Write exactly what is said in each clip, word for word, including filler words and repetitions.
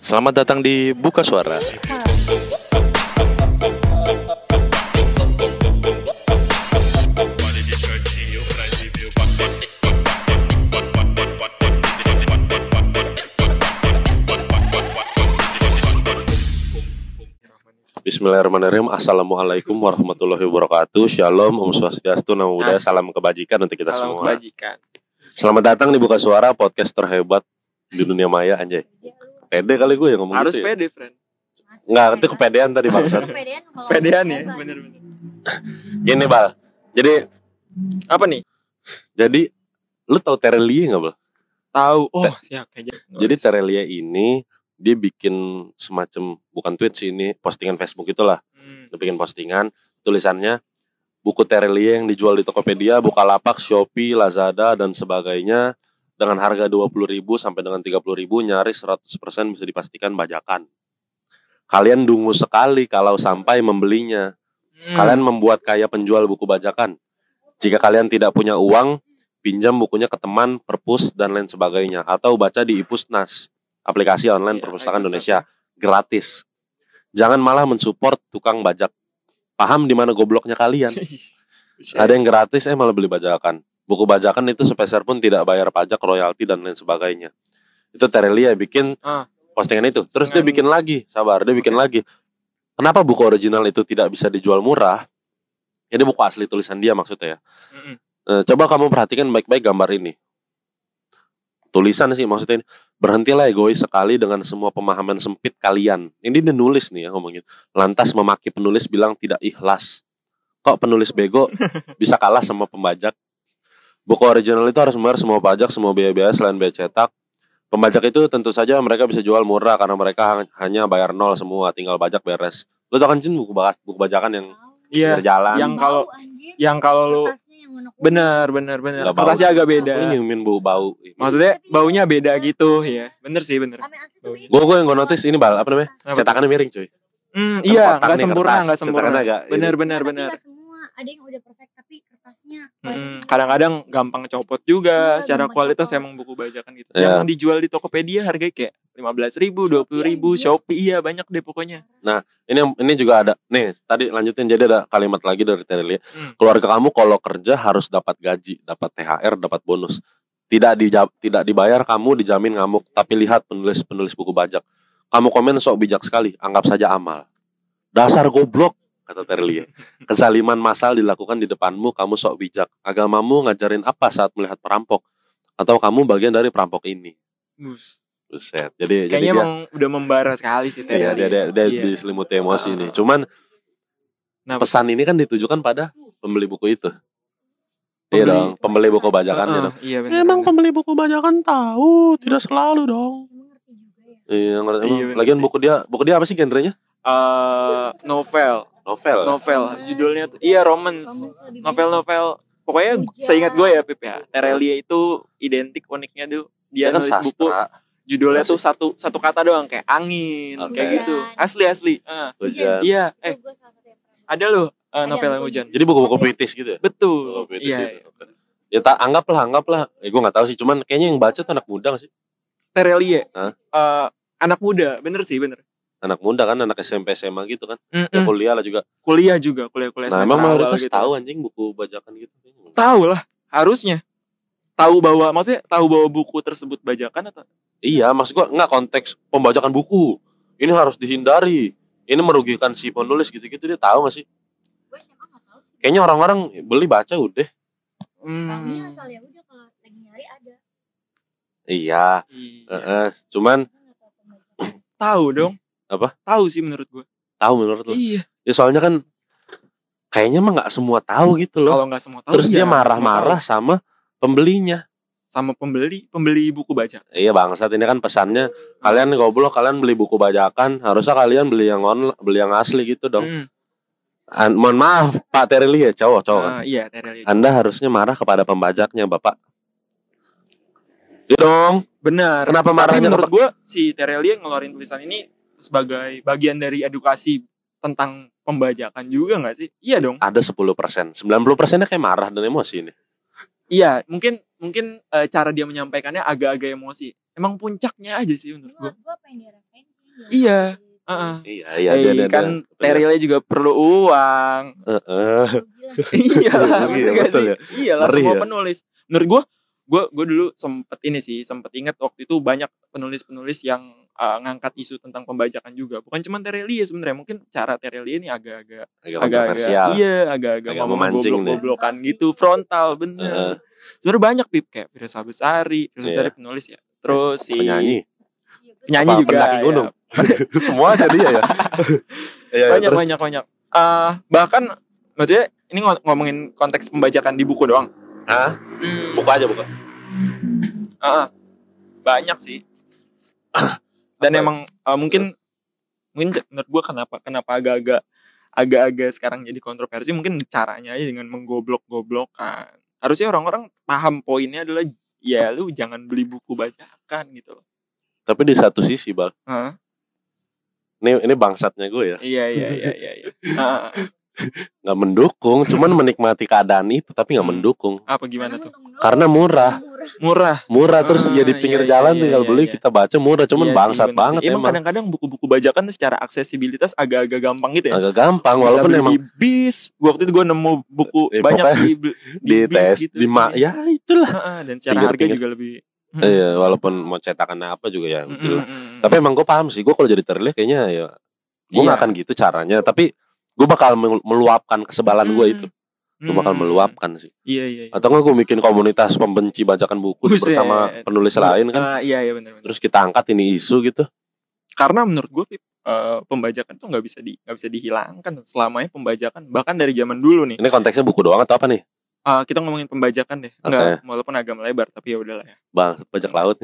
Selamat datang di Buka Suara. Bismillahirrahmanirrahim. Assalamualaikum warahmatullahi wabarakatuh. Shalom, Om Swastiastu, Namo Buddhaya, salam kebajikan untuk kita Salam semua. Kebajikan. Selamat datang di Buka Suara, podcast terhebat di dunia maya, anjay. Pede kali gue yang ngomong Harus gitu ya. pede, friend. Enggak, itu kepedean tadi bangsat. Pedean ya, bener-bener. Gini, Bal. Jadi Apa nih? jadi lu tahu Terelie enggak, Bal? Tahu. Oh, siap kayaknya. Jadi Terelie ini dia bikin semacam, bukan tweet sih, ini postingan Facebook itulah. Hmm. Dia bikin postingan, tulisannya buku Terelie yang dijual di Tokopedia, Bukalapak, Shopee, Lazada dan sebagainya dengan harga dua puluh ribu sampai dengan tiga puluh ribu, nyaris seratus persen bisa dipastikan bajakan. Kalian dungu sekali kalau sampai membelinya. Hmm. Kalian membuat kaya penjual buku bajakan. Jika kalian tidak punya uang, pinjam bukunya ke teman, perpus dan lain sebagainya, atau baca di iPusnas, aplikasi online Ya, perpustakaan iPusnas. Indonesia, gratis. Jangan malah mensupport tukang bajak. Paham di mana gobloknya kalian? Ada yang gratis, eh malah beli bajakan. Buku bajakan itu sepeser pun tidak bayar pajak, royalti dan lain sebagainya. Itu Terelie bikin Ah. postingan itu. Terus dia Dengan- bikin lagi, sabar, dia bikin Oke. lagi. Kenapa buku original itu tidak bisa dijual murah? Ini buku asli tulisan dia maksudnya ya. Mm-mm. Eh, coba kamu perhatikan baik-baik gambar ini. Tulisan sih maksudnya ini. Berhentilah egois sekali dengan semua pemahaman sempit kalian. Ini dia nulis nih ya ngomongin. Lantas memaki penulis bilang tidak ikhlas. Kok penulis bego bisa kalah sama pembajak? Buku original itu harus membayar semua pajak, semua biaya-biaya selain biaya cetak. Pembajak itu tentu saja mereka bisa jual murah karena mereka hang- hanya bayar nol semua, tinggal bajak beres. Lo tau kan Jin buku, ba- buku bajakan yang Iya. pinggir jalan? Yang kalau yang kalau lu benar benar benar. Nggak bau. Kertasnya agak beda. Lo nyiumin bau bau. Maksudnya baunya beda gitu ya. Bener sih, bener. Gue gue yang gue notice ini Bal, apa namanya? Apa? Cetakannya miring cuy. Hmm, Kan iya, kotak enggak nih, sempurna, kertas. enggak sempurna. Cetakannya agak Bener ini. bener bener. Tapi nggak semua, ada yang udah perfect tapi kertasnya Mm-mm. Kadang-kadang gampang copot juga. Iya, Secara gampang kualitas copot. emang buku bajakan gitu. Iya. Yang dijual di Tokopedia harganya kayak lima belas ribu, dua puluh ribu, Shopee, Shopee, iya banyak deh pokoknya. Ini ini juga ada. Nih, tadi lanjutin jadi ada kalimat lagi dari Terelie. Hmm. Keluarga kamu kalau kerja harus dapat gaji, dapat T H R, dapat bonus. Tidak dija- tidak dibayar kamu dijamin ngamuk. Tapi lihat penulis-penulis buku bajak. Kamu komen sok bijak sekali, anggap saja amal. Dasar goblok, kata Terelie. Kezaliman massal dilakukan di depanmu, kamu sok bijak. Agamamu ngajarin apa saat melihat perampok? Atau kamu bagian dari perampok ini? Bus. Buset. Jadi jadi Kayaknya dia, emang udah membara sekali sih iya, Terelie. dia, dia, dia Iya. diselimuti emosi Ah. nih. Cuman Nah, pesan ini kan ditujukan pada pembeli buku itu. Iya Pembeli- dong, pembeli buku bajakan ya Heeh, dong. iya bener, Emang bener. pembeli buku bajakan tahu, tidak selalu dong. mengerti juga ya. Iya, ngerti. Iya, Emang. bener Lagian sih. buku dia, buku dia apa sih genrenya? Eh, novel, Novel. novel. Romance. Judulnya tuh iya romance. Romance lebih Novel-novel. Pokoknya Hujan. seingat gue ya Pip ya. Terelie itu identik uniknya tuh dia Dia kan nulis buku sastra, judulnya Asik. tuh satu satu kata doang kayak angin Oke. kayak gitu. Asli asli. Eh, hujan. iya, eh Itu gua salah satu yang pernah. ada loh eh, Ada novel yang buku. hujan. Jadi buku-buku puitis gitu ya? Betul. Buku puitis Iya. itu. Ya tak anggaplah, anggaplah. Eh gue nggak tahu sih, cuman kayaknya yang baca tuh anak muda nggak sih? Terelie. Hah? Eh, anak muda, bener sih, bener. Anak muda kan, anak S M P S M A gitu kan. Ya Mm-mm. kuliah lah juga. Kuliah juga, kuliah-kuliah Nah, semester emang awal mayoritas gitu. tahu anjing buku bajakan gitu. Tahu lah, harusnya. Tahu bahwa maksudnya tahu bahwa buku tersebut bajakan atau Iya, maksud gua nggak konteks pembajakan buku. Ini harus dihindari. Ini merugikan si penulis gitu-gitu, dia tahu nggak sih? Gua S M A nggak tahu sih. Kayaknya orang-orang beli baca udah. Tahunya hmm, asal ya udah kalau lagi nyari ada. Iya, iya. heeh. Cuman Saya nggak tahu pembaca. Tahu dong. Apa? Tahu sih menurut gue. tahu menurut lo? Iya. Ya soalnya kan kayaknya mah nggak semua tahu gitu loh. Kalau nggak semua tahu. Terus dia iya, marah-marah semua sama pembelinya. tahu. Sama pembeli, pembeli buku baca. Iya bangsat, ini kan pesannya kalian goblok, kalian beli buku bajakan, harusnya kalian beli yang on, beli yang asli gitu dong. Hmm. An- mohon maaf Pak Terelie ya, cowok cowok. kan? Ah, iya, Terelie. Anda harusnya marah kepada pembajaknya, Bapak. Iya dong. Benar. Kenapa Tapi marahnya menurut ke- gue si Terelie ngeluarin tulisan ini sebagai bagian dari edukasi tentang pembajakan juga nggak sih? Iya dong. Ada sepuluh persen, sembilan puluh persennya kayak marah dan emosi nih. Iya, mungkin mungkin eh, cara dia menyampaikannya agak-agak emosi. Emang puncaknya aja sih Ini menurut gue. menurut gua apa yang dia rasain Iya. Heeh. Iya, iya Eh, ada ada. kan Terilnya juga perlu uang. Heeh. Iya lah, Iya, nggak betul sih? ya. Iya lah, Ngeri semua ya. penulis. Menurut gue, gue gue dulu sempet ini sih, sempet ingat waktu itu banyak penulis-penulis yang uh, ngangkat isu tentang pembajakan juga. Bukan cuma Terelia sebenarnya, mungkin cara Terelia ini agak-agak Agak agak-agak kontroversial. iya, agak-agak Agak mau memancing goblok-goblokan gitu, frontal bener. Heeh. Sebenarnya banyak Pip, kayak Firsa Besari, Firsa Besari Iya. penulis ya. Terus si Penyanyi. penyanyi Apa, juga. pendaki ya. gunung? Semua jadi ya. Iya, banyak terus? banyak banyak. Uh, bahkan maksudnya ini ngom- ngomongin konteks pembajakan di buku doang. Hah? Hmm. Buka aja buka. Ah, banyak sih. Dan Apa? emang uh, mungkin mungkin j- menurut gue kenapa kenapa agak-agak agak-agak sekarang jadi kontroversi, mungkin caranya aja dengan menggoblok-goblokan. Harusnya orang-orang paham poinnya adalah ya lu jangan beli buku bajakan gitu loh. Tapi di satu sisi, Bal. Hah? Ini ini bangsatnya gue ya. Iya iya iya iya. iya. Ah, Nggak mendukung, cuman menikmati keadaan itu tapi nggak Hmm. mendukung. apa gimana tuh? Karena murah. Murah. Murah terus Ah, ya di pinggir iya, iya, jalan iya, tinggal iya, beli iya. kita baca murah, cuman Iya sih, bangsat bener banget sih. Emang emang. kadang-kadang buku-buku bajakan tuh secara aksesibilitas agak-agak gampang gitu ya. Agak gampang Bisa walaupun beli emang di bis. Waktu itu gue nemu buku Eh, banyak pokoknya di di bis tes gitu. di ma Iya. ya itulah. Heeh, dan secara Pinggir-pinggir. harga juga lebih. Hmm. Iya, walaupun mau cetakan apa juga ya Mm, gitu lah. mm, mm, Tapi mm. emang gue paham sih, gue kalau jadi terlihat kayaknya ya gue Iya. nggak akan gitu caranya, tapi gue bakal melu- meluapkan kesebalan gue itu. Gue bakal Hmm. meluapkan sih. Iya iya. iya. Atau nggak gue bikin komunitas pembenci bajakan buku Buset. bersama penulis lain kan. Ah, iya iya benar benar. Terus kita angkat ini isu gitu. Karena menurut gue uh, pembajakan tuh nggak bisa di nggak bisa dihilangkan selamanya pembajakan, bahkan dari zaman dulu nih. Ini konteksnya buku doang atau apa nih? Uh, kita ngomongin pembajakan deh. Enggak, walaupun agak melebar tapi ya udahlah ya. Bang, bajak laut.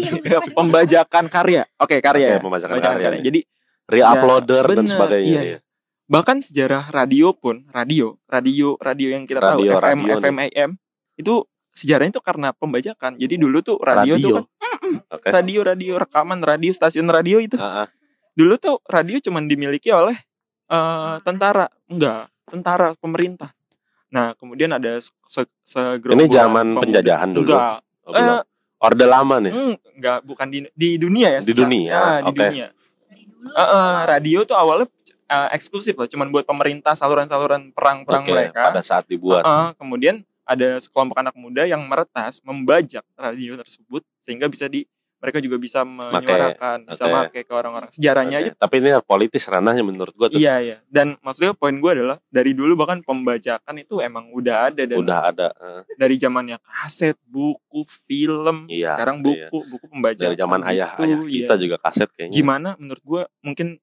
Pembajakan karya. Oke, karya. Oke, ya. pembajakan karya nih. Jadi Re-uploader dan bener, sebagainya. iya. Iya. bahkan sejarah radio pun, radio, radio, radio yang kita Radio, tahu F M, radio F M, A M itu sejarahnya itu karena pembajakan. Jadi dulu tuh radio, Radio. tuh kan Oke. radio, radio rekaman, radio, stasiun radio itu. Ah, ah. Dulu tuh radio cuma dimiliki oleh eh, tentara, enggak, tentara pemerintah. Nah, kemudian ada se- se- segerombolan Ini zaman pemuda. penjajahan dulu. Enggak, Oh, belum. Eh, Orde lama nih. mm, enggak, bukan di di dunia ya. Di secara- dunia, Ah, di oke. dunia. Eh, eh, radio tuh awalnya eh, eksklusif loh, cuman buat pemerintah, saluran-saluran perang-perang Oke, mereka. pada saat dibuat. Eh, eh, kemudian ada sekelompok anak muda yang meretas, membajak radio tersebut sehingga bisa di mereka juga bisa menyuarakan, bisa oke. pakai ke orang-orang. Sejarahnya Oke. aja. Tapi ini politis ranahnya menurut gua tuh. Iya, iya. Dan maksudnya poin gue adalah dari dulu bahkan pembajakan itu emang udah ada dan Udah ada eh, dari zamannya kaset, buku, film, Iya, sekarang buku, buku pembajakan. dari zaman gitu, ayah-ayah kita iya. juga kaset kayaknya. Gimana menurut gue mungkin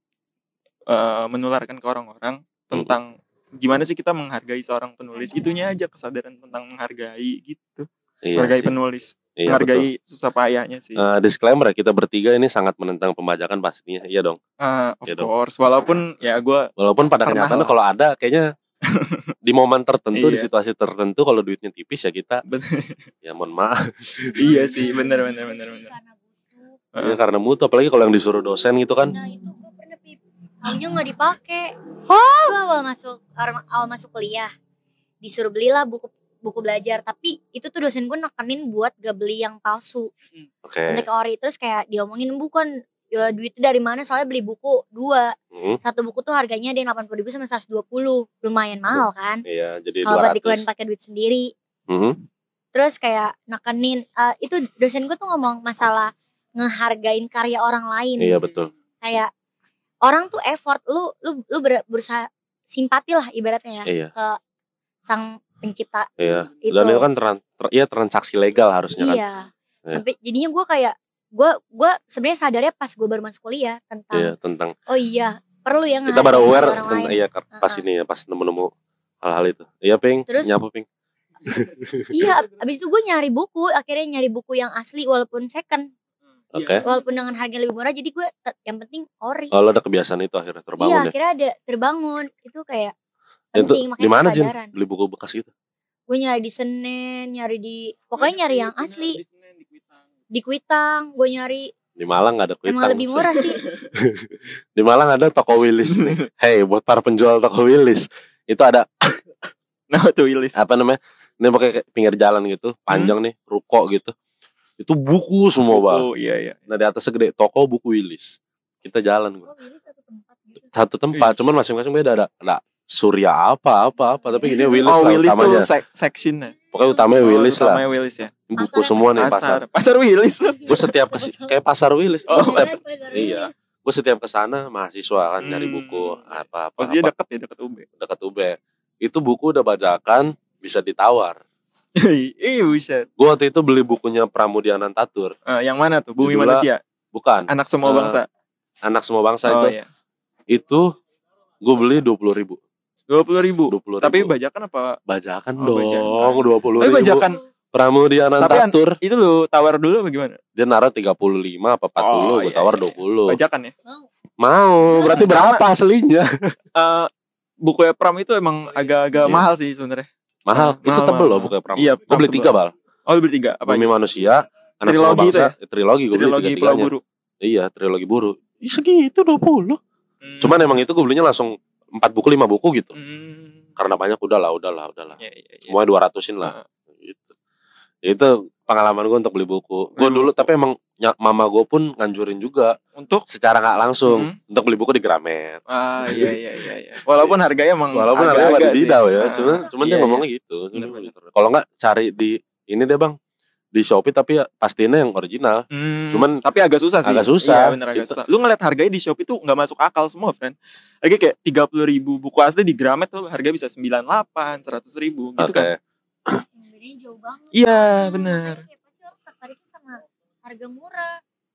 eh, menularkan ke orang-orang tentang gimana sih kita menghargai seorang penulis, itunya aja kesadaran tentang menghargai gitu. Iya Menghargai sih. penulis, Iya, menghargai susah payahnya sih. betul. Eh, disclaimer ya, kita bertiga ini sangat menentang pembajakan pastinya. Iya dong. Ah, of iya dong. course, walaupun ya gue Walaupun pada Pernah kenyataannya lah. kalau ada kayaknya di momen tertentu, di Iya. situasi tertentu kalau duitnya tipis ya kita ya mohon maaf. iya sih, benar benar benar benar. Karena butuh. Ya, karena mutu apalagi kalau yang disuruh dosen gitu kan. Nah itu gue pernah pip, taunya nggak dipakai. Gue awal masuk awal awal masuk kuliah disuruh belilah buku buku belajar, tapi itu tuh dosen gue nekenin buat gak beli yang palsu Oke. untuk ori. Terus kayak diomongin bukan ya, duitnya dari mana, soalnya beli buku dua, Hmm, satu buku tuh harganya ada yang delapan puluh ribu sama seratus dua puluh, lumayan mahal kan iya, jadi kalau buat dua dikeluarin ratus. pakai duit sendiri. Mhm. Terus kayak nekenin eh, itu dosen gue tuh ngomong masalah ngehargain karya orang lain. Iya betul. Kayak orang tuh effort, lu lu lu ber- berusaha simpati lah ibaratnya ya Iya. ke sang pencipta. Iya. Itu. Dan itu kan tran- tra- iya, transaksi legal harusnya kan. Iya. Iya. Sampai jadinya gue kayak gue gue sebenarnya sadarnya pas gue baru masuk kuliah tentang Iya, tentang oh iya perlu ya kita baru ngehargain aware orang tentang lain. iya pas Uh-uh. ini ya, pas nemu-nemu hal-hal itu. Iya, Ping. Terus- Nyapa, Ping. Iya, abis itu gue nyari buku, akhirnya nyari buku yang asli walaupun second, Oke. walaupun dengan harga yang lebih murah. Jadi gue te- yang penting ori. Oh, lo ada kebiasaan itu akhirnya Iya, terbangun ya. akhirnya ada terbangun. Itu kayak Itu penting, di makanya mana, Jin? kesadaran. Beli buku bekas itu? Gue nyari di Senen, nyari di pokoknya nyari yang asli. Di Kuitang gue nyari, Di Malang nggak ada kuitang. emang lebih murah sih. Di Malang ada toko Willis nih. Hey, buat para penjual toko Willis, itu ada Nah, tuh Willis. apa namanya? Ini pakai kayak pinggir jalan gitu, panjang nih, ruko gitu. Itu buku semua, Bang. Oh iya iya. Nah, di atasnya gede toko buku Willis. Kita jalan gua. Oh, Willy satu tempat gitu. Satu tempat, Ih. cuman masing-masing beda ada. Ada Surya apa apa apa, tapi ini Willis Oh, lah Willis utamanya. tuh sek- sectionnya. Pokoknya utamanya Oh, Willis lah. utamanya Willis ya. Ini buku Pasar semua apa? nih pasar. Pasar. Pasar Willis. Gue setiap ke kayak pasar Willis. Oh. Gue setiap Pasar, pasar iya. Willy. Gue setiap kesana mahasiswa kan nyari Hmm. buku apa apa, Posisinya apa deket ya, deket U B. dekat U B. Itu buku udah bajakan bisa ditawar. Ih, buset. Gue waktu itu beli bukunya Pramudia Anantatur. Eh, yang mana tuh? Bumi Judulnya- Manusia. Bukan. Anak semua Eh, bangsa. Anak semua bangsa Oh itu. iya. Itu gue beli dua puluh ribu. dua puluh ribu. Dua puluh Tapi ribu. bajakan apa? bajakan Oh, dong. bajakan. Dua puluh Tapi ribu. bajakan. Pramudia Anantatur. Itu lu tawar dulu apa gimana? Dia naruh tiga puluh lima apa empat puluh. Oh, Gue iya, tawar iya. dua puluh. Bajakan ya. Mau. Mau. Berarti berapa aslinya? Eh buku Pram itu emang agak-agak Iya. mahal sih sebenarnya. Mahal. Mahal, Itu mahal, tebel loh mahal. bukunya Pramudia. Iya, Gue beli tebel. tiga bal. Oh, lu beli tiga apa? Bumi aja? Manusia, Anak Trilogi Semua itu Bangsa, ya? trilogi gue beli Trilogi Pulau tiga-tiganya. Buru. Iya, trilogi buru. Ih, segitu dua puluh. Hmm. Cuman emang itu gue belinya langsung empat buku, lima buku gitu. Hmm. Karena banyak udahlah, udahlah, udahlah. Iya, iya, iya. Semuanya dua ratusin lah. Gitu. Itu pengalaman gue untuk beli buku. Gue Beli dulu buku. tapi emang ny- mama gue pun nganjurin juga Untuk secara nggak langsung Hmm. untuk beli buku di Gramet. ah iya iya iya iya. Walaupun harganya emang Walaupun harganya agak-agak masih sih. didau ya, Ah, cuman cuman iya, dia iya. ngomongnya gitu. Bener-bener. Kalau nggak cari di ini deh bang, di Shopee tapi ya pastinya yang original. Hmm, Cuman tapi agak susah sih. agak susah. Iya, bener agak Gitu. susah. Lu ngeliat harganya di Shopee tuh nggak masuk akal semua, friend. Lagi kayak tiga puluh ribu buku asli di Gramet tuh harga bisa sembilan puluh delapan, seratus ribu gitu Oke. kan. Yang bedanya jauh banget. Iya, Makanya bener. kayak pasti orang tertariknya sama harga murah.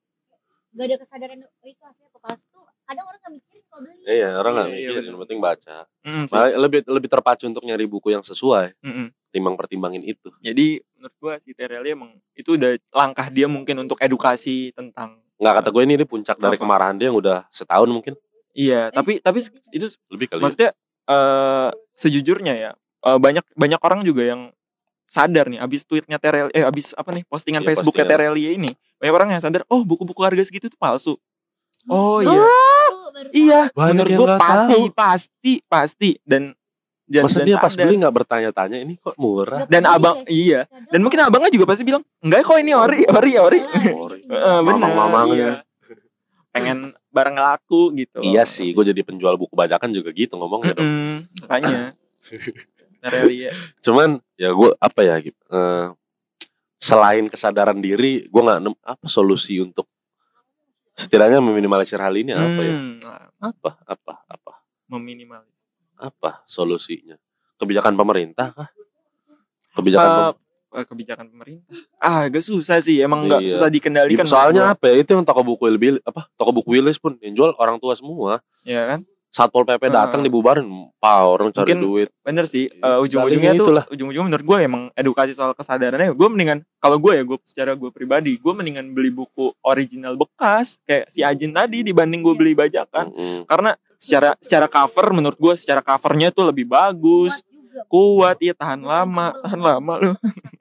Gak ada kesadaran oh, itu hasilnya apa palsu tuh. Kadang orang gak mikirin kalau beli. Iya, orang nggak Iya, iya, mikirin, bener. yang penting baca. Mm, sih. Malah lebih lebih terpacu untuk nyari buku yang sesuai, Mm-mm. timbang pertimbangin itu. Jadi menurut gua si Tereli emang itu udah langkah dia mungkin untuk edukasi tentang Nggak kata gue ini, ini puncak dari Apa? kemarahan dia yang udah setahun mungkin iya, tapi tapi itu lebih kali. ya. maksudnya eh sejujurnya ya eh, banyak banyak orang juga yang sadar nih abis tweetnya Tereli eh abis apa nih postingan Iya, Facebooknya postingan. Tereli ini banyak orang yang sadar oh buku-buku harga segitu tuh palsu. Oh iya, Tuh, baru iya. Banyak Menurut yang gue nggak pasti, tahu. pasti, pasti dan dan, Masa dan dia pas sadar. beli nggak bertanya-tanya ini kok murah? Nggak Dan peduli abang gak sih? iya. Kadang Dan mungkin orang- abangnya juga pasti bilang enggak kok ini ori, ori, ori. Ori. Heeh, bener. Mamang-mamang Iya. ya. Pengen barang laku gitu. Iya sih, gue jadi penjual buku bajakan juga gitu ngomongnya dong. Mm-mm, makanya. Tereli ya. Cuman ya gue apa ya gitu. eh, selain kesadaran diri, gue nggak nem apa solusi untuk setidaknya meminimalisir hal ini apa ya? Hmm, nah, Apa? Apa? Apa? meminimalis. Apa solusinya? Kebijakan pemerintah kah? Kebijakan Eh, pem- eh, kebijakan pemerintah. Ah, agak susah sih. Emang nggak Iya. susah dikendalikan. soalnya menurut apa ya? Itu yang toko buku Willy, apa? Toko buku Willis pun yang jual orang tua semua. gua. Ya kan? Satpol P P datang Heeh. dibubarin, pa orang cari Mungkin duit. Bener sih. Iya. eh, ujung-ujungnya Dalihnya tuh, itulah. ujung-ujungnya menurut gue emang edukasi soal kesadarannya. Gue mendingan kalau gue ya gue secara gue pribadi, gue mendingan beli buku original bekas kayak si Ajin tadi dibanding gue beli bajakan. Mm-mm. Karena secara secara cover menurut gue secara covernya tuh lebih bagus, Kuat juga. kuat, ya tahan Bukan lama, sebel. tahan lama loh.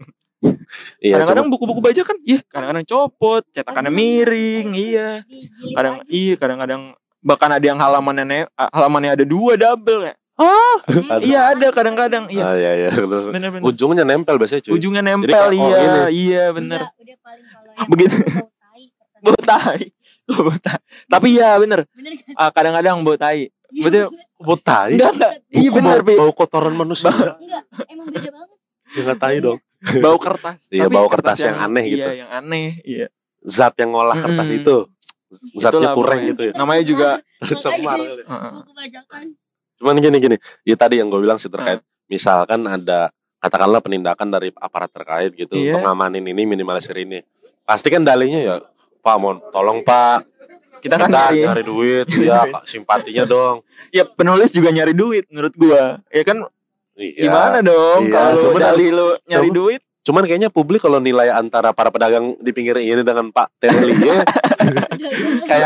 Iya, Kadang-kadang cuma buku-buku bajakan, iya kadang-kadang copot, cetakannya miring, iya. Dijilid Kadang lagi. iya kadang-kadang bahkan ada yang halamannya ne- halamannya ada dua double ya. Hmm, Iya ada kadang-kadang, iya. Ah, iya, iya. Terus Bener-bener. ujungnya nempel biasanya cuy. Ujungnya nempel, kayak, oh, iya, ini. iya bener. Udah, udah paling kalau yang Begitu. bau tai, kertas. Bau tai. Bau tai. Tapi iya bener. Bener kan? Ah, kadang-kadang bau tai. Betul. Botai. Enggak enggak. Iya Kok bener, bau, Pi. bau kotoran manusia. Enggak, emang beda banget. Ya nggak tahu dong. Bau kertas. Iya, Tapi bau kertas yang aneh gitu. Iya, yang aneh, iya. Zat yang ngolah kertas Mm-mm. itu. Zatnya Itulah kurang pokoknya. gitu ya. Namanya juga Tercemar. Makanya. kali. Heeh. Buku bajakan. Cuman gini-gini. Ya tadi yang gue bilang sih terkait. Misalkan ada katakanlah penindakan dari aparat terkait gitu. Iya. Untuk ngamanin ini, minimalisir ini. Pasti kan dalihnya ya, Pak mohon tolong Pak. kita kan Kita nyari, nyari duit. Ya simpatinya dong. ya penulis juga nyari duit menurut gua. Ya kan Iya. gimana dong Iya, kalau cuman dari lu nyari cuman- duit? Cuman kayaknya publik kalau nilai antara para pedagang di pinggir ini dengan Pak Tereli ya, kayak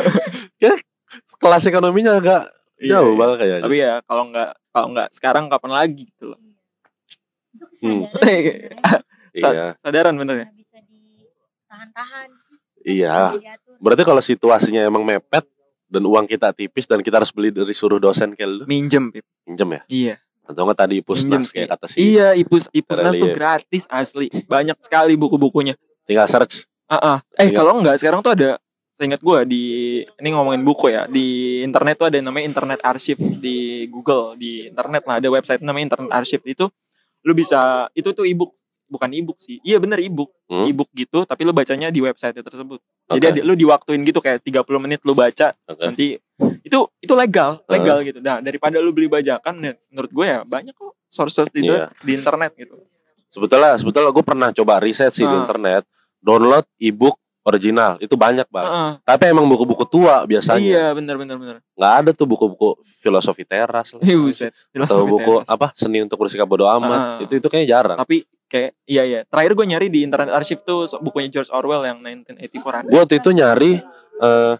ya kelas ekonominya agak jauh banget kayaknya. Tapi ya kalau nggak kalau nggak sekarang kapan lagi gitu loh. Itu Hmm. kesadaran sebenarnya. Sa- Iya, Sadaran bener ya? Nggak bisa ditahan-tahan. iya. Bisa diatur. Berarti kalau situasinya emang mepet dan uang kita tipis dan kita harus beli dari suruh dosen kayak lu, Minjem, Pip. pinjem ya? Iya. Atau nggak tadi Minjem Pusnas sih. kayak kata si. Iya, Ipus Ipusnas Tereli tuh ya. gratis asli. Banyak sekali buku-bukunya. Tinggal search. Ah, ah. Eh Iya. kalau enggak sekarang tuh ada seingat gue di ini ngomongin buku ya, di internet tuh ada yang namanya internet archive di Google, di internet lah ada website namanya internet archive. Itu lu bisa, itu tuh ebook, bukan ebook sih, iya bener ebook, Hmm? ebook gitu, tapi lu bacanya di website tersebut. Jadi Oke. ada- lu diwaktuin gitu kayak tiga puluh menit lu baca, Oke. nanti itu itu legal, legal gitu. Nah daripada lu beli bajakan, ya, menurut gue ya banyak kok sources di, Iya. di internet gitu. Sebetulnya sebetulnya gue pernah coba riset sih di Ah. internet, download ebook original itu banyak banget. Heeh. Tapi emang buku-buku tua biasanya. Iya bener bener bener. Nggak ada tuh buku-buku filosofi teras lah. Ih, buset. Atau Filosofi buku teras. apa seni untuk bersikap bodo amat. Ah. Itu itu kayaknya jarang. Tapi kayak iya iya. Terakhir gue nyari di internet archive tuh so- bukunya George Orwell yang nineteen eighty-four ada. Gue waktu itu nyari eh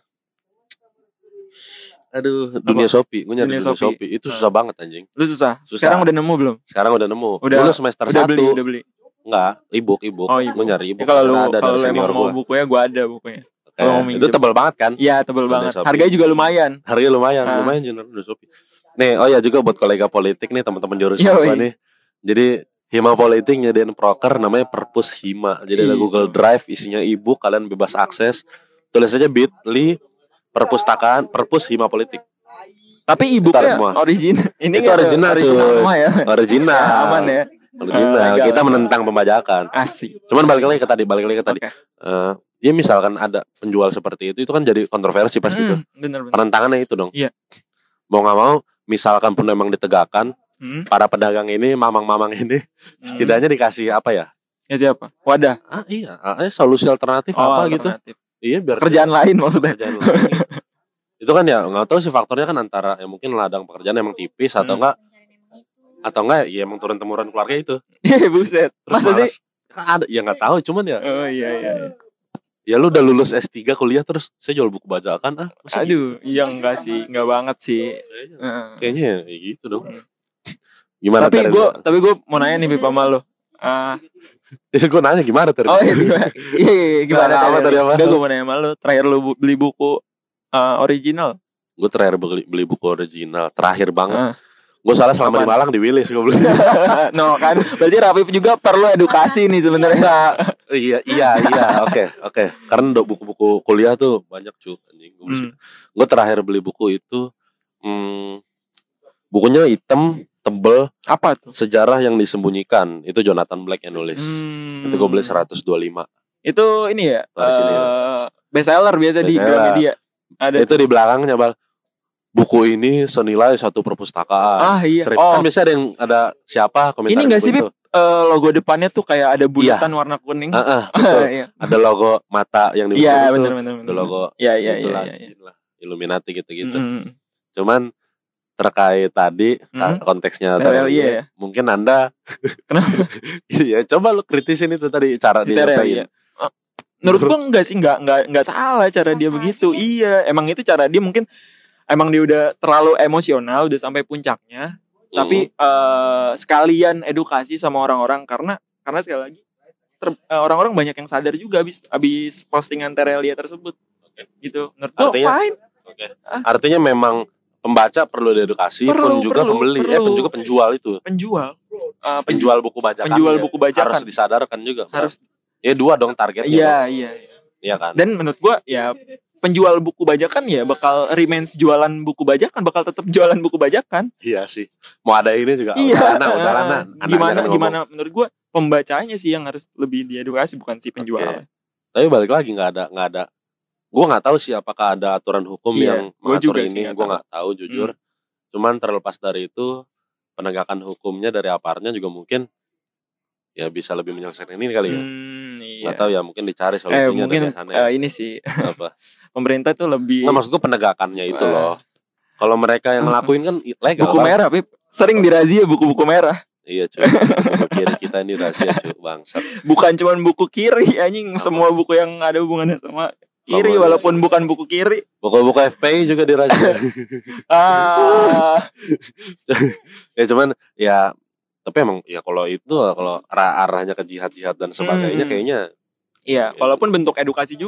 aduh dunia Shopee, gue nyari Dunia dunia Shopee. Shopee. Itu Ah. susah banget anjing. Lu susah. Susah. Sekarang udah nemu belum? Sekarang udah nemu. Udah- Dulu semester Udah satu beli, udah beli. enggak, ebook, ebook. Oh, ebook. Gue nyari Ya, ebook. kalau lu karena ada kalau dari lu emang senior mau gue. bukunya gue ada bukunya. Oke. kalau mau Itu minjem. tebal banget kan? Iya tebel Dunia banget. Shopee. Harganya juga lumayan. Harganya lumayan, Ah. lumayan Junior dunia Shopee. Nih, oh ya juga buat kolega politik nih teman-teman jurusan Yoi. gue nih. Jadi Hima Politik nyediain proker namanya Perpus Hima. Jadi ada Ih. Google Drive isinya ebook, kalian bebas akses. Tulis aja bit.ly perpustakaan Perpus Hima Politik. Tapi Bentar e-booknya semua. original. Ini Itu nggak ada original, cuy. semua ya. Original. Ya, aman ya. Original. Ah, Kita legal. menentang pembajakan. Asik. Cuman balik lagi ke tadi, balik lagi ke tadi. Oke. Eh, ya misalkan ada penjual seperti itu, itu kan jadi kontroversi pasti tuh. Hmm, bener bener. Penentangannya itu dong. Iya. Mau nggak mau, misalkan pun memang ditegakkan, Hmm. para pedagang ini, mamang-mamang ini, setidaknya dikasih apa ya? Ya siapa? Wadah. Ah iya, ah, eh, solusi alternatif Oh, apa gitu? alternatif. Iya biar Kerjaan lain maksudnya. kerjaan lain. Itu kan ya nggak tahu sih faktornya kan antara ya mungkin ladang pekerjaan emang tipis atau Hmm. enggak atau enggak ya emang turun temurun keluarga itu. Iya buset. Terus Masa sih? malas. Kan ada ya nggak tahu cuman ya Oh iya iya. ya lu udah lulus S tiga kuliah terus saya jual buku bajakan ah. Masa gitu? Aduh, iya enggak sih, enggak banget sih. Kayaknya, Heeh. kayaknya ya kayak gitu dong. Hmm. Gimana Tapi Ter? gue, tapi gue mau nanya nih Pip sama lo. Ah, Ya, gue nanya gimana Ter? oh iya gimana? Iya, iya, gimana? Nah, apa tadi, apa? Enggak, gue mau nanya sama lo. Terakhir lo bu- beli buku ah, original. Gue terakhir beli, beli buku original terakhir banget. Ah. Gue salah selama di Apaan? Malang di Willis gue beli. No kan, berarti Rafif juga perlu edukasi nih sebenarnya. iya iya iya oke oke karena do- buku-buku kuliah tuh banyak cuy anjing. Gue Hmm. gue terakhir beli buku itu hmm, bukunya hitam tebel Apa tuh? sejarah yang disembunyikan itu Jonathan Black yang nulis. Hmm. Itu gue beli seratus dua puluh lima. Itu ini ya, Dari sini, eh, best seller biasa di Best seller. Gramedia. Ada. Itu di belakangnya bal. Buku ini senilai satu perpustakaan. Ah iya. Strip. Oh, Kan biasa ada yang ada siapa komentar ini enggak buku sih itu. Pip? Eh, logo depannya tuh kayak ada bulatan warna kuning. Ah, ah, betul. Iya. Ada logo mata yang di Iya, itu. benar benar Ada benar. logo Iya iya iya itulah, iya. iya. inilah, Illuminati gitu-gitu. Mm. Cuman terkait tadi ka- Hmm. konteksnya T R L I tadi, ya? mungkin Anda Kenapa? iya coba lu kritisin itu tadi cara Di dia T R L I nyampein. ya? Eh, Menurut gua enggak sih, enggak enggak enggak salah cara dia begitu. Iya, emang itu cara dia mungkin emang dia udah terlalu emosional, udah sampai puncaknya. Tapi eh, sekalian edukasi sama orang-orang karena karena sekali lagi ter- eh, orang-orang banyak yang sadar juga abis abis postingan Terelia tersebut. Oke. Gitu. Menurut gua Artinya- fine. Oke. Ah. Artinya memang pembaca perlu diedukasi, Perlu, pun juga perlu, pembeli, eh perlu. pun juga penjual itu, Penjual eh, penjual buku bajakan, penjual ya. buku bajakan harus disadarkan juga. harus Ya dua dong targetnya. iya dong. iya iya. Iya kan. Dan menurut gua ya penjual buku bajakan ya bakal remains jualan buku bajakan, bakal tetap jualan buku bajakan. Iya sih. Mau ada ini juga. Iya. Udah udah lana. Gimana gimana menurut gua pembacanya sih yang harus lebih diedukasi, bukan si penjual. Tapi balik lagi nggak ada nggak ada. Gue nggak tahu sih apakah ada aturan hukum Iya, yang gua mengatur juga sih ini. nggak Gue tahu. nggak tahu jujur. Cuman terlepas dari itu penegakan hukumnya dari apartnya juga mungkin ya bisa lebih menyelesaikan ini kali ya. Hmm, iya. Nggak tahu ya mungkin dicari Eh solusinya mungkin dari sana. Ya. eh, ini sih Apa? pemerintah tuh lebih Nggak maksud gue penegakannya itu Eh. loh. Kalau mereka yang Hmm. ngelakuin kan legal. buku Bang. merah, Pip. Sering dirazia buku-buku merah. Iya cuy. Buku kiri kita ini rahasia cuy bangsat. Bukan cuma buku kiri anjing, semua buku yang ada hubungannya sama kiri Sama- walaupun bukan buku kiri. Buku-buku F P I juga dirahasiakan. Ah, Ya cuman ya tapi emang ya kalau itu kalau arah- arahnya ke jihad-jihad dan sebagainya Hmm. kayaknya iya, walaupun bentuk edukasi juga.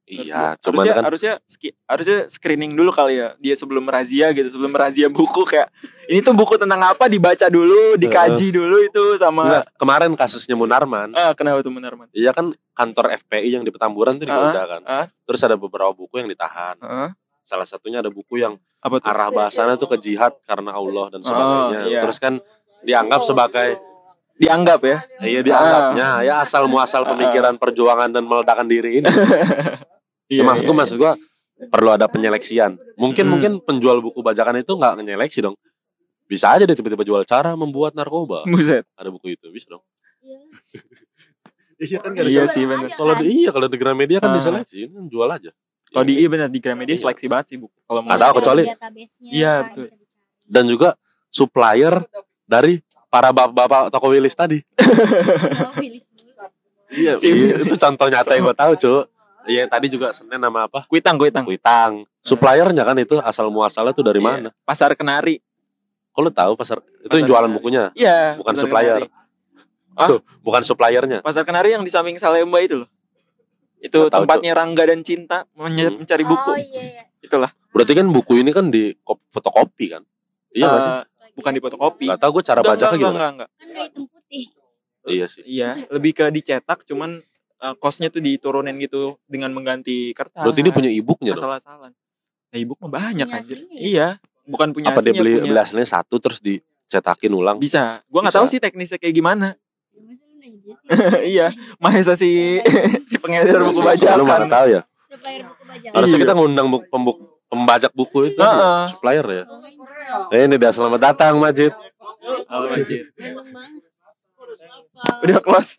Iya, cuman harusnya kan harusnya ski- harusnya screening dulu kali ya dia sebelum razia gitu, sebelum razia buku kayak ini tuh buku tentang apa dibaca dulu, dikaji dulu itu sama. enggak, kemarin kasusnya Munarman. Ah, kenapa tuh Munarman? Iya kan kantor F P I yang di Petamburan tuh digeledah kan. Ah, Terus ada beberapa buku yang ditahan. ah, Salah satunya ada buku yang apa tuh? arah bahasanya tuh ke jihad karena Allah dan sebagainya. Oh, iya. Terus kan dianggap sebagai Dianggap ya. iya dianggapnya ya asal muasal pemikiran perjuangan dan meledakan diri ini. Iya, Ya, maksud iya, gue maksud gue perlu ada penyeleksian. Mungkin Hmm. mungkin penjual buku bajakan itu nggak nyeleksi dong. Bisa aja dia tiba-tiba jual cara membuat narkoba. Buset. Ada buku itu bisa dong. Iya. Iya kan nggak Iya sih, bener. Kalau di iya kalau di Gramedia kan Ah. diseleksi, kan jual aja. Kalau di iya benar di Gramedia Iya. seleksi banget sih buku. Kalau Nggak tahu, mau kecuali- database-nya Iya, bisa betul. dicari. Dan juga supplier dari para bapak-bapak toko Willis tadi. Oh, pilih dulu. Iya, iya, itu contoh nyata yang gue tahu, Cuk. Iya, tadi juga Senin nama apa? kuitang kuitang. Kuitang. Suppliernya kan itu asal muasalnya tuh dari Iya. mana? Pasar Kenari. Kok lu tahu pasar itu Pasar yang jualan Kenari. bukunya, Iya. bukan Pasar supplier. Kenari. Hah? So, bukan suppliernya. Pasar Kenari yang di samping Salemba itu loh. Itu Nggak tahu, tempatnya Rangga dan Cinta menye- Hmm. mencari buku. Oh iya iya. Itulah. Berarti kan buku ini kan di kop- fotokopi kan? Iya nggak sih? Eh, bukan di fotokopi. Nggak tahu gue cara Enggak, bacanya enggak, gimana. enggak, enggak. Kan gak hitam putih. Iya sih. Iya, lebih ke dicetak cuman eh, kosnya tuh diturunin gitu dengan mengganti kertas. Berarti dia punya e-booknya dong. asal-asalan. Nah, e-book mah banyak Punya anjir. aslinya ya? Iya, bukan punya Apa dia aslinya, beli punya- beli aslinya satu terus dicetakin ulang? Bisa. Gua enggak Bisa. tahu sih teknisnya kayak gimana. Masa lu nanya gitu? Iya, Mahesa si si pengedar buku Iya sih. Lu mana bajakan. tahu ya? Supplier buku bajakan. Harusnya Iya. kita ngundang bu- pembuk pembajak buku itu Heeh. supplier ya. Kalau nggak jual. Eh, ini dia selamat datang Majid. Oh, anjir. Ganteng banget. Udah close.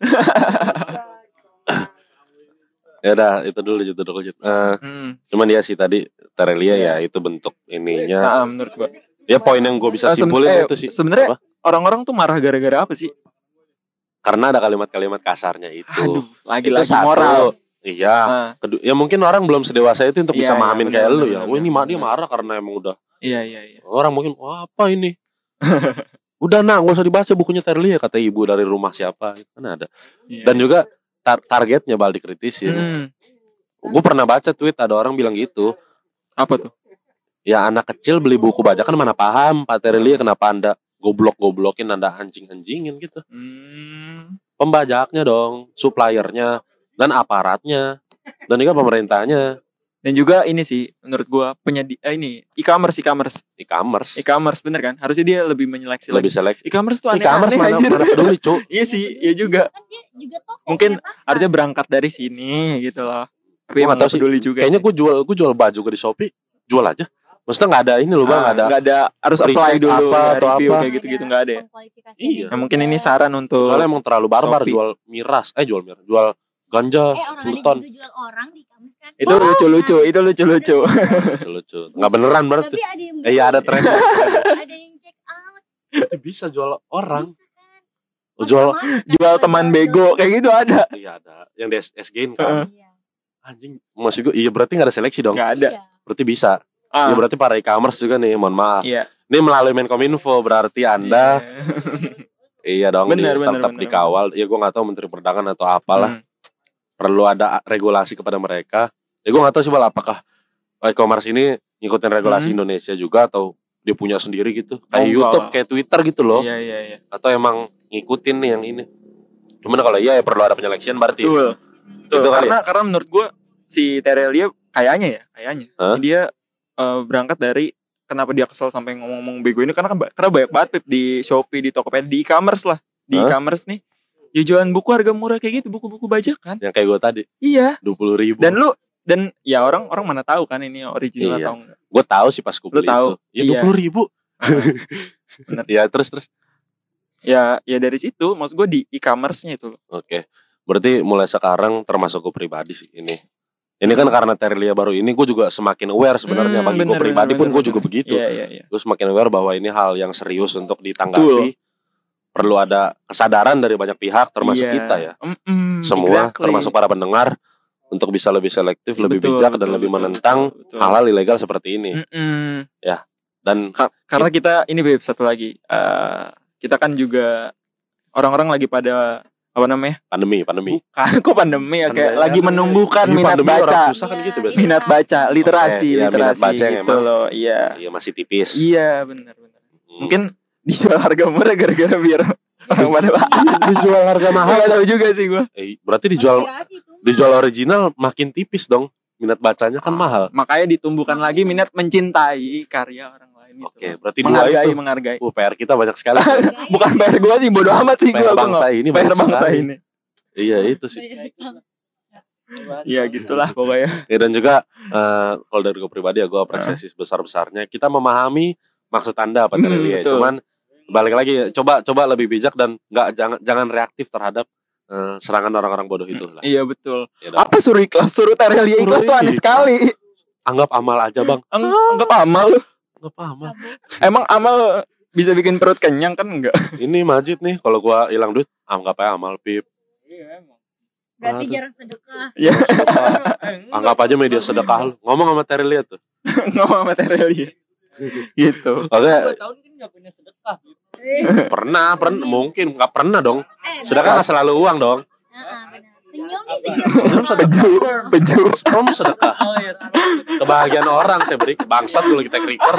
Ya udah itu dulu itu dulu. Jid. Eh, Hmm. cuman dia sih tadi Terelia ya itu bentuk ininya. Nah, menurut gua. Ya poin yang gue bisa Eh, sem- simpulin eh, itu sih. sebenarnya Apa? orang-orang tuh marah gara-gara apa sih? Karena ada kalimat-kalimat kasarnya itu. Aduh, Itu lagi-lagi satu. moral. Iya. Nah, Kedua, ya mungkin orang belum sedewasa itu untuk Iya, bisa iya, mahamin benar, kayak lu benar, ya. benar, Oh ini benar, mah dia benar. marah karena emang udah. iya iya iya. Orang mungkin wah apa ini? Udah nak gak usah dibaca bukunya Terelia kata ibu dari rumah siapa itu kan ada. Iya. Dan juga tar- targetnya balik dikritisiin. Hmm, Gue pernah baca tweet ada orang bilang gitu. apa tuh? Ya anak kecil beli buku bajakan mana paham Pak Terelia kenapa anda goblok-goblokin anda anjing-anjingin gitu. Hmm. Pembajaknya dong, suppliernya dan aparatnya dan juga pemerintahnya. Dan juga ini sih menurut gua penyedi eh, ini e-commerce e-commerce. E-commerce E-commerce bener kan? Harusnya dia lebih menyeleksi lebih lagi. seleksi. E-commerce tuh E-commerce aneh-aneh mana, anjir. mana peduli cu. Iya sih, iya juga. Kan dia juga toko. Mungkin punya pasar. Harusnya berangkat dari sini gitu loh. Tapi Gua emang nggak tahu gak peduli juga. Kayaknya sih. gue jual gue jual baju ke di Shopee jual aja. Maksudnya nggak ada ini loh bang, Ah, nggak ada. nggak ada harus recheck apply dulu apa ya, atau review apa. kayak gitu-gitu nggak ada. ya? Pengkualifikasian Iya. Nah, mungkin ini saran untuk Soalnya emang terlalu barbar Shopee. jual miras, eh jual miras, jual ganja Eh orang sepuluh ada ton. juga jual orang di kamus kan. itu lucu-lucu, itu lucu-lucu. Lucu-lucu. Nggak beneran berarti. Tapi ada yang Eh iya ada tren. ada yang check out. Berarti bisa jual orang. Bisa kan. Oh, jual Macam-macam kan Jual teman bego kayak gitu ada. iya ada. Yang di S G kan. Iya. Anjing, maksud gue iya berarti nggak ada seleksi dong. Nggak ada. Iya. Berarti bisa. Ah, Ya berarti para e-commerce juga nih, mohon maaf. iya. Ini melalui Menkominfo berarti Anda iya dong Benar, di, benar, tetap benar, dikawal. Ya gue nggak tahu Menteri Perdagangan atau apalah. Hmm. Perlu ada regulasi kepada mereka. Ya gue nggak tahu sih Bal, apakah e-commerce ini ngikutin regulasi Hmm. Indonesia juga atau dia punya sendiri gitu. Kayak Oh, enggak YouTube, lah. kayak Twitter gitu loh. Iya, iya, iya. Atau emang ngikutin nih yang ini. Cuman kalau iya ya perlu ada penyeleksian berarti. Betul. Betul. Itu kali Karena karena menurut gua si Terelia kayaknya ya, kayaknya Hah? dia eh, berangkat dari kenapa dia kesel sampai ngomong-ngomong bego ini karena kan ba- karena banyak banget Pip, di Shopee, di Tokopedia, di e-commerce lah. Di Hah? e-commerce nih. Ya jualan buku harga murah kayak gitu, buku-buku bajakan. Yang kayak gue tadi Iya. dua puluh ribu. Dan lu dan ya orang orang mana tahu kan ini original Iya. atau enggak. Gue tahu sih pas gue Lu beli tahu? itu. Ya Iya. dua puluh ribu. Bener. Ya terus terus. Ya ya dari situ maksud gue di e-commerce-nya itu loh. Oke. Berarti mulai sekarang termasuk gue pribadi sih ini. Ini kan karena Terelia baru ini gue juga semakin aware sebenarnya Hmm, bagi gue bener, pribadi bener, pun bener, gue bener. juga begitu. Iya iya iya. Gue semakin aware bahwa ini hal yang serius untuk ditanggapi. Perlu ada kesadaran dari banyak pihak termasuk Iya. kita ya. Mm-mm, Semua exactly. termasuk para pendengar untuk bisa lebih selektif, lebih Betul, bijak dan betul, lebih betul, menentang betul, betul. hal-hal ilegal seperti ini. Mm-mm. Dan Ka- karena kita ini Beb satu lagi Eh, kita kan juga orang-orang lagi pada apa namanya? Pandemi, pandemi. Bukan, kok pandemi ya, kayak Pandemi. lagi menumbuhkan Iya, minat pandemi orang baca. susah kan gitu biasanya. Minat baca, literasi, Oke, iya, minat literasi baca yang gitu emang. loh. Iya. Iya, masih tipis. Iya, benar benar. Hmm. Mungkin dijual harga murah gara-gara biar orang pada dijual harga mahal. Enggak tahu juga sih gua. Eh, berarti dijual Inspirasi tuh. dijual original makin tipis dong. Minat bacanya kan mahal. Makanya ditumbuhkan lagi minat mencintai karya orang lain gitu. Oke, berarti dua Menghargai, itu. menghargai. Uh, P R kita banyak sekali. Bukan P R gua sih, bodo amat sih P R gua. bangsa ini P R banyak bangsa sekali. ini. Iya, itu sih. Iya, gitulah pokoknya. Ya, dan juga eh, kalau dari gue pribadi ya gue apresiasi sebesar-besarnya kita memahami maksud Anda apa Hmm, tadi ya. betul. Cuman balik lagi coba coba lebih bijak dan nggak jangan jangan reaktif terhadap eh, serangan orang-orang bodoh itu lah. Iya, betul. Ya, dah. Apa suruh ikhlas? Suruh Terelia ikhlas tuh Suruh aneh ikhlas. sekali. Anggap amal aja bang. Ang- Anggap amal lu. Anggap amal. Emang amal bisa bikin perut kenyang kan enggak? Ini Majid nih kalau gue hilang duit anggap aja amal pip. Berarti Aduh. jarang sedekah. Ya, Anggap aja media sedekah lu. Ngomong sama Terelia tuh. ngomong sama Terelia. Gitu. Oke, tahun kan nggak punya sedekah. Eh, pernah pernah mungkin nggak pernah dong. eh, Sedekah nggak selalu uang dong. Heeh, benar. Senyum nih senyum. Terus Peju, peju. Prom sedekah. Oh iya. Kebahagiaan orang saya beri bangsat dulu kita record.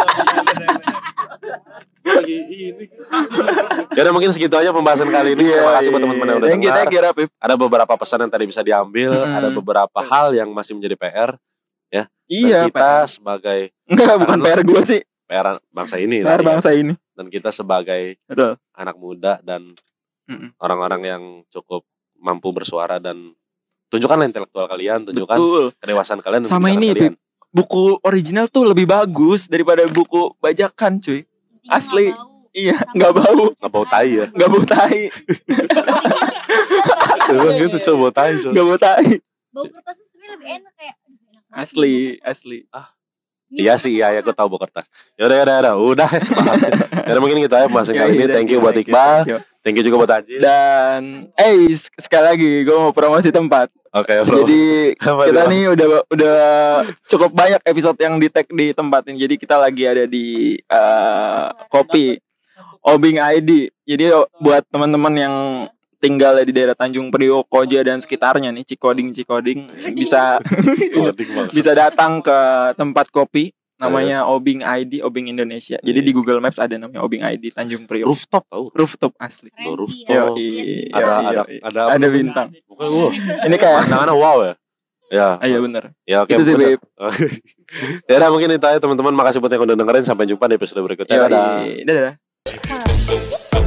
Lagi ini. Ya udah mungkin segitu aja pembahasan kali ini. Terima kasih buat teman-teman yang udah Thank you, dengar. thank you, Rapip. Ada beberapa pesan yang tadi bisa diambil, Mm. ada beberapa hal yang masih menjadi P R. Dan Iya, kita Pak. sebagai Enggak, bukan P R gua sih. P R bangsa ini P R lah, ya. bangsa ini. Dan kita sebagai Betul. anak muda dan Mm-mm. orang-orang yang cukup mampu bersuara dan tunjukkanlah intelektual kalian, tunjukkan Betul. kedewasaan kalian dan Sama pikiran ini, kalian. Pip. Buku original tuh lebih bagus daripada buku bajakan, cuy. Intinya Asli. nggak bau. Iya, nggak bau, Nggak bau tai ya. nggak bau tai, Emang gitu coba bau tai. so. nggak bau tai. Bau kertas tuh sebenarnya lebih enak kayak aduh, enak banget. Asli, asli. Iya sih, iya ya, aku tahu bu kertas. Yaudah, yaudah, yaudah, udah. Makasih. Yaudah mungkin gitu aja pembahasan Ya, kali iya, ini. Thank you buat thank you, Iqbal, thank you. thank you juga buat Ajis. Dan, eh s- sekali lagi gue mau promosi tempat. Oke, bro. Jadi Apa kita dong? nih udah udah cukup banyak episode yang di tag di tempat ini. Jadi kita lagi ada di eh, kopi Obing I D. Jadi o- buat teman-teman yang tinggal di daerah Tanjung Priok, Koja dan sekitarnya nih, Cikoding Cikoding bisa Coding, Bang. bisa datang ke tempat kopi namanya Obing I D, Obing Indonesia. Jadi di Google Maps ada namanya Obing I D Tanjung Priok. Rooftop tahu. Rooftop asli. Keren Roof sih, top. ya. Yoi. Lihat Ada bintang. ada Yoi. ada Ada bintang. Bukan wow. Ini kayak Pandangannya wow ya. Ya. ah, iya bener. Ya oke. Itu sih, bener. Beb. Ya udah mungkin itu aja teman-teman. Makasih buat yang udah dengerin. Sampai jumpa di episode berikutnya. Dadah. Yoi. Dadah.